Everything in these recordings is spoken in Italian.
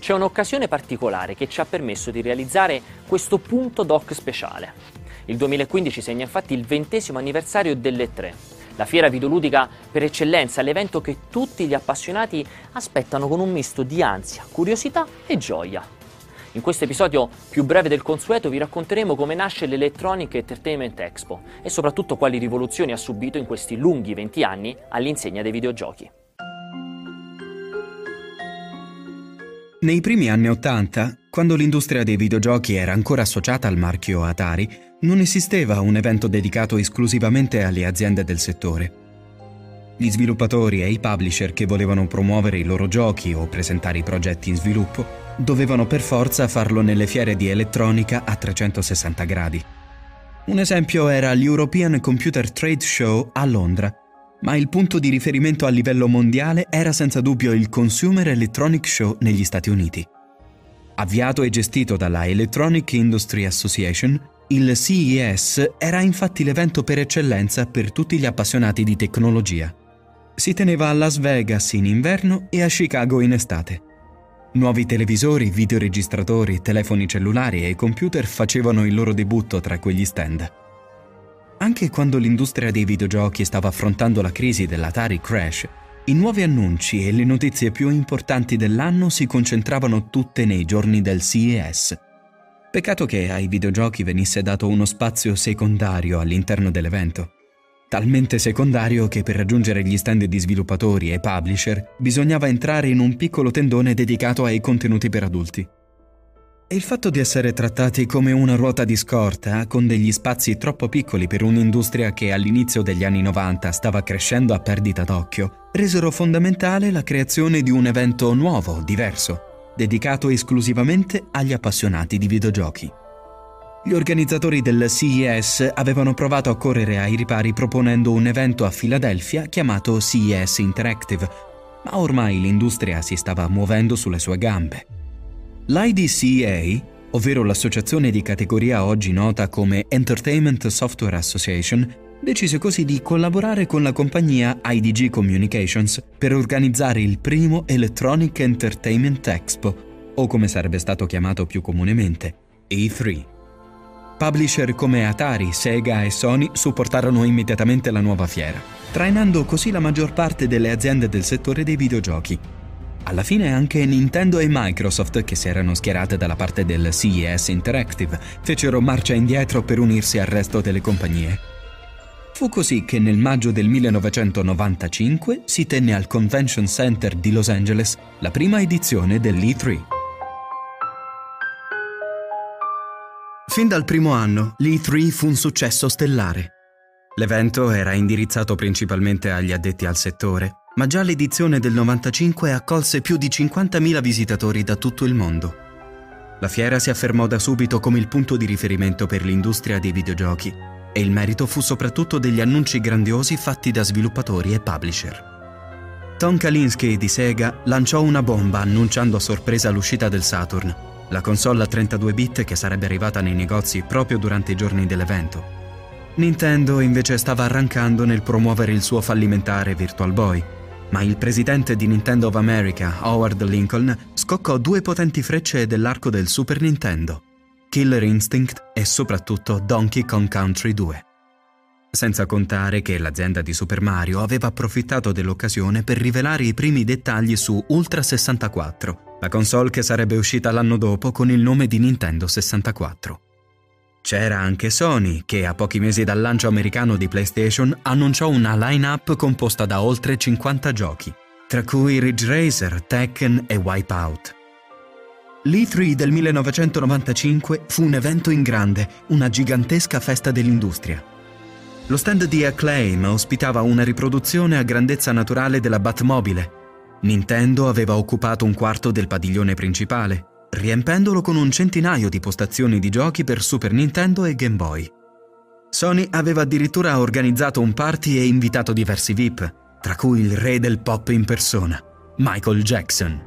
c'è un'occasione particolare che ci ha permesso di realizzare questo punto doc speciale. Il 2015 segna infatti il 20° anniversario dell'E3, la fiera videoludica per eccellenza, l'evento che tutti gli appassionati aspettano con un misto di ansia, curiosità e gioia. In questo episodio più breve del consueto vi racconteremo come nasce l'Electronic Entertainment Expo e soprattutto quali rivoluzioni ha subito in questi lunghi 20 anni all'insegna dei videogiochi. Nei primi anni '80, quando l'industria dei videogiochi era ancora associata al marchio Atari, non esisteva un evento dedicato esclusivamente alle aziende del settore. Gli sviluppatori e i publisher che volevano promuovere i loro giochi o presentare i progetti in sviluppo dovevano per forza farlo nelle fiere di elettronica a 360 gradi. Un esempio era l'European Computer Trade Show a Londra, ma il punto di riferimento a livello mondiale era senza dubbio il Consumer Electronic Show negli Stati Uniti. Avviato e gestito dalla Electronic Industry Association, il CES era infatti l'evento per eccellenza per tutti gli appassionati di tecnologia. Si teneva a Las Vegas in inverno e a Chicago in estate. Nuovi televisori, videoregistratori, telefoni cellulari e computer facevano il loro debutto tra quegli stand. Anche quando l'industria dei videogiochi stava affrontando la crisi dell'Atari Crash, i nuovi annunci e le notizie più importanti dell'anno si concentravano tutte nei giorni del CES. Peccato che ai videogiochi venisse dato uno spazio secondario all'interno dell'evento. Talmente secondario che per raggiungere gli stand di sviluppatori e publisher bisognava entrare in un piccolo tendone dedicato ai contenuti per adulti. E il fatto di essere trattati come una ruota di scorta, con degli spazi troppo piccoli per un'industria che all'inizio degli anni 90 stava crescendo a perdita d'occhio, resero fondamentale la creazione di un evento nuovo, diverso, dedicato esclusivamente agli appassionati di videogiochi. Gli organizzatori del CES avevano provato a correre ai ripari proponendo un evento a Filadelfia chiamato CES Interactive, ma ormai l'industria si stava muovendo sulle sue gambe. L'IDCA, ovvero l'associazione di categoria oggi nota come Entertainment Software Association, decise così di collaborare con la compagnia IDG Communications per organizzare il primo Electronic Entertainment Expo, o come sarebbe stato chiamato più comunemente, E3. Publisher come Atari, Sega e Sony supportarono immediatamente la nuova fiera, trainando così la maggior parte delle aziende del settore dei videogiochi. Alla fine anche Nintendo e Microsoft, che si erano schierate dalla parte del CES Interactive, fecero marcia indietro per unirsi al resto delle compagnie. Fu così che nel maggio del 1995 si tenne al Convention Center di Los Angeles la prima edizione dell'E3. Fin dal primo anno, l'E3 fu un successo stellare. L'evento era indirizzato principalmente agli addetti al settore, ma già l'edizione del 95 accolse più di 50.000 visitatori da tutto il mondo. La fiera si affermò da subito come il punto di riferimento per l'industria dei videogiochi e il merito fu soprattutto degli annunci grandiosi fatti da sviluppatori e publisher. Tom Kalinske di Sega lanciò una bomba annunciando a sorpresa l'uscita del Saturn, la console a 32 bit che sarebbe arrivata nei negozi proprio durante i giorni dell'evento. Nintendo invece stava arrancando nel promuovere il suo fallimentare Virtual Boy, ma il presidente di Nintendo of America, Howard Lincoln, scoccò 2 potenti frecce dell'arco del Super Nintendo, Killer Instinct e soprattutto Donkey Kong Country 2. Senza contare che l'azienda di Super Mario aveva approfittato dell'occasione per rivelare i primi dettagli su Ultra 64, la console che sarebbe uscita l'anno dopo con il nome di Nintendo 64. C'era anche Sony, che a pochi mesi dal lancio americano di PlayStation annunciò una line-up composta da oltre 50 giochi, tra cui Ridge Racer, Tekken e Wipeout. L'E3 del 1995 fu un evento in grande, una gigantesca festa dell'industria. Lo stand di Acclaim ospitava una riproduzione a grandezza naturale della Batmobile. Nintendo aveva occupato un quarto del padiglione principale, riempendolo con un centinaio di postazioni di giochi per Super Nintendo e Game Boy. Sony aveva addirittura organizzato un party e invitato diversi VIP, tra cui il re del pop in persona, Michael Jackson.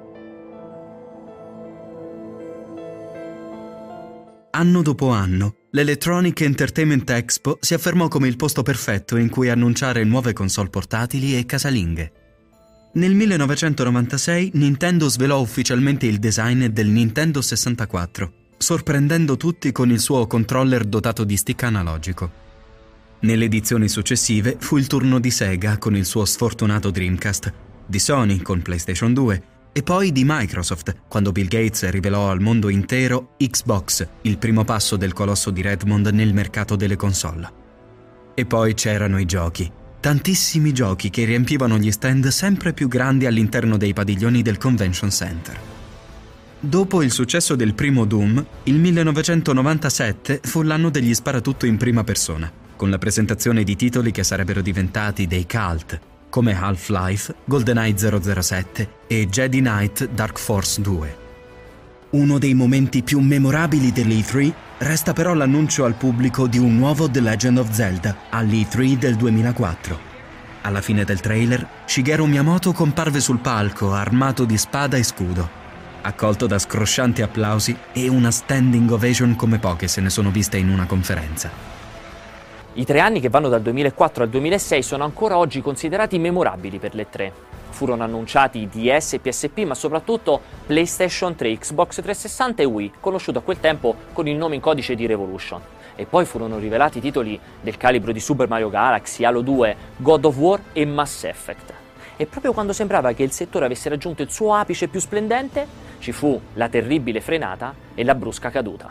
Anno dopo anno, l'Electronic Entertainment Expo si affermò come il posto perfetto in cui annunciare nuove console portatili e casalinghe. Nel 1996 Nintendo svelò ufficialmente il design del Nintendo 64, sorprendendo tutti con il suo controller dotato di stick analogico. Nelle edizioni successive fu il turno di Sega con il suo sfortunato Dreamcast, di Sony con PlayStation 2 e poi di Microsoft quando Bill Gates rivelò al mondo intero Xbox, il primo passo del colosso di Redmond nel mercato delle console. E poi c'erano i giochi. Tantissimi giochi che riempivano gli stand sempre più grandi all'interno dei padiglioni del Convention Center. Dopo il successo del primo Doom, il 1997 fu l'anno degli sparatutto in prima persona, con la presentazione di titoli che sarebbero diventati dei cult, come Half-Life, GoldenEye 007 e Jedi Knight Dark Force 2. Uno dei momenti più memorabili dell'E3 resta però l'annuncio al pubblico di un nuovo The Legend of Zelda all'E3 del 2004. Alla fine del trailer, Shigeru Miyamoto comparve sul palco armato di spada e scudo, accolto da scroscianti applausi e una standing ovation come poche se ne sono viste in una conferenza. I 3 anni che vanno dal 2004 al 2006 sono ancora oggi considerati memorabili per le 3. Furono annunciati DS e PSP, ma soprattutto PlayStation 3, Xbox 360 e Wii, conosciuto a quel tempo con il nome in codice di Revolution. E poi furono rivelati titoli del calibro di Super Mario Galaxy, Halo 2, God of War e Mass Effect. E proprio quando sembrava che il settore avesse raggiunto il suo apice più splendente, ci fu la terribile frenata e la brusca caduta.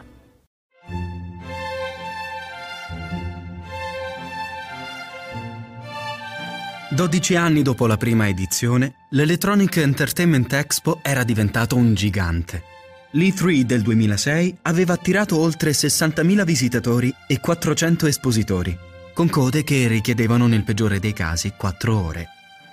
Dodici anni dopo la prima edizione, l'Electronic Entertainment Expo era diventato un gigante. L'E3 del 2006 aveva attirato oltre 60.000 visitatori e 400 espositori, con code che richiedevano nel peggiore dei casi 4 ore.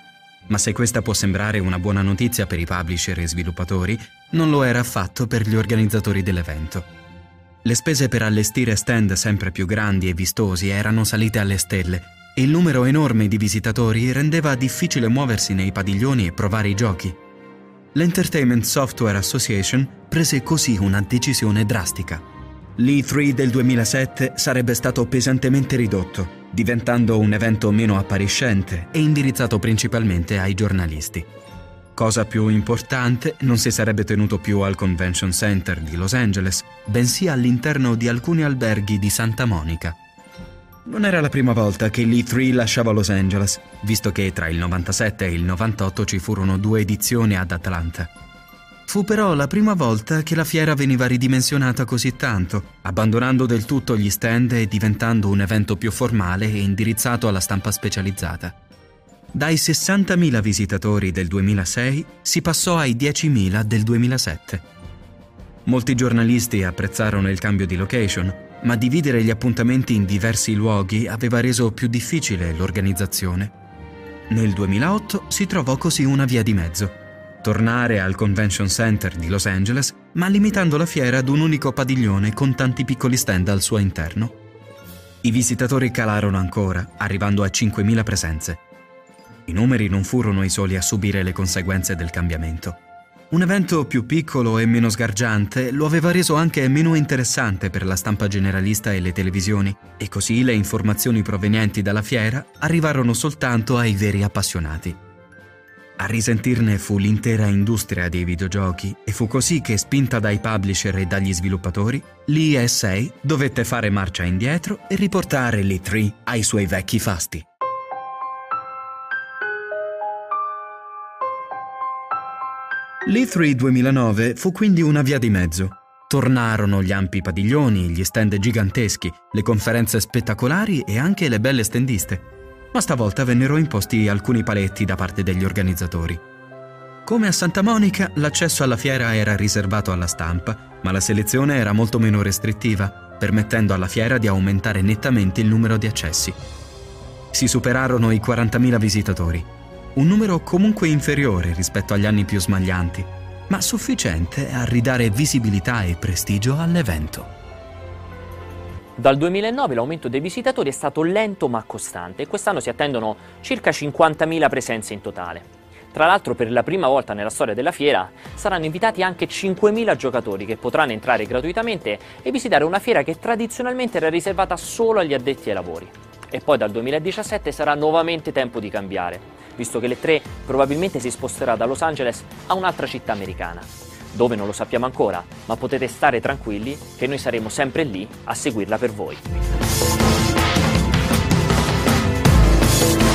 Ma se questa può sembrare una buona notizia per i publisher e sviluppatori, non lo era affatto per gli organizzatori dell'evento. Le spese per allestire stand sempre più grandi e vistosi erano salite alle stelle, e il numero enorme di visitatori rendeva difficile muoversi nei padiglioni e provare i giochi. L'Entertainment Software Association prese così una decisione drastica. L'E3 del 2007 sarebbe stato pesantemente ridotto, diventando un evento meno appariscente e indirizzato principalmente ai giornalisti. Cosa più importante, non si sarebbe tenuto più al Convention Center di Los Angeles, bensì all'interno di alcuni alberghi di Santa Monica. Non era la prima volta che l'E3 lasciava Los Angeles, visto che tra il 97 e il 98 ci furono 2 edizioni ad Atlanta. Fu però la prima volta che la fiera veniva ridimensionata così tanto, abbandonando del tutto gli stand e diventando un evento più formale e indirizzato alla stampa specializzata. Dai 60.000 visitatori del 2006 si passò ai 10.000 del 2007. Molti giornalisti apprezzarono il cambio di location, ma dividere gli appuntamenti in diversi luoghi aveva reso più difficile l'organizzazione. Nel 2008 si trovò così una via di mezzo: tornare al Convention Center di Los Angeles, ma limitando la fiera ad un unico padiglione con tanti piccoli stand al suo interno. I visitatori calarono ancora, arrivando a 5.000 presenze. I numeri non furono i soli a subire le conseguenze del cambiamento. Un evento più piccolo e meno sgargiante lo aveva reso anche meno interessante per la stampa generalista e le televisioni, e così le informazioni provenienti dalla fiera arrivarono soltanto ai veri appassionati. A risentirne fu l'intera industria dei videogiochi, e fu così che, spinta dai publisher e dagli sviluppatori, l'ESA dovette fare marcia indietro e riportare l'E3 ai suoi vecchi fasti. L'E3 2009 fu quindi una via di mezzo. Tornarono gli ampi padiglioni, gli stand giganteschi, le conferenze spettacolari e anche le belle stendiste. Ma stavolta vennero imposti alcuni paletti da parte degli organizzatori. Come a Santa Monica, l'accesso alla fiera era riservato alla stampa, ma la selezione era molto meno restrittiva, permettendo alla fiera di aumentare nettamente il numero di accessi. Si superarono i 40.000 visitatori. Un numero comunque inferiore rispetto agli anni più smaglianti, ma sufficiente a ridare visibilità e prestigio all'evento. Dal 2009 l'aumento dei visitatori è stato lento ma costante e quest'anno si attendono circa 50.000 presenze in totale. Tra l'altro, per la prima volta nella storia della fiera saranno invitati anche 5.000 giocatori che potranno entrare gratuitamente e visitare una fiera che tradizionalmente era riservata solo agli addetti ai lavori. E poi dal 2017 sarà nuovamente tempo di cambiare, visto che l'E3 probabilmente si sposterà da Los Angeles a un'altra città americana. Dove non lo sappiamo ancora, ma potete stare tranquilli che noi saremo sempre lì a seguirla per voi.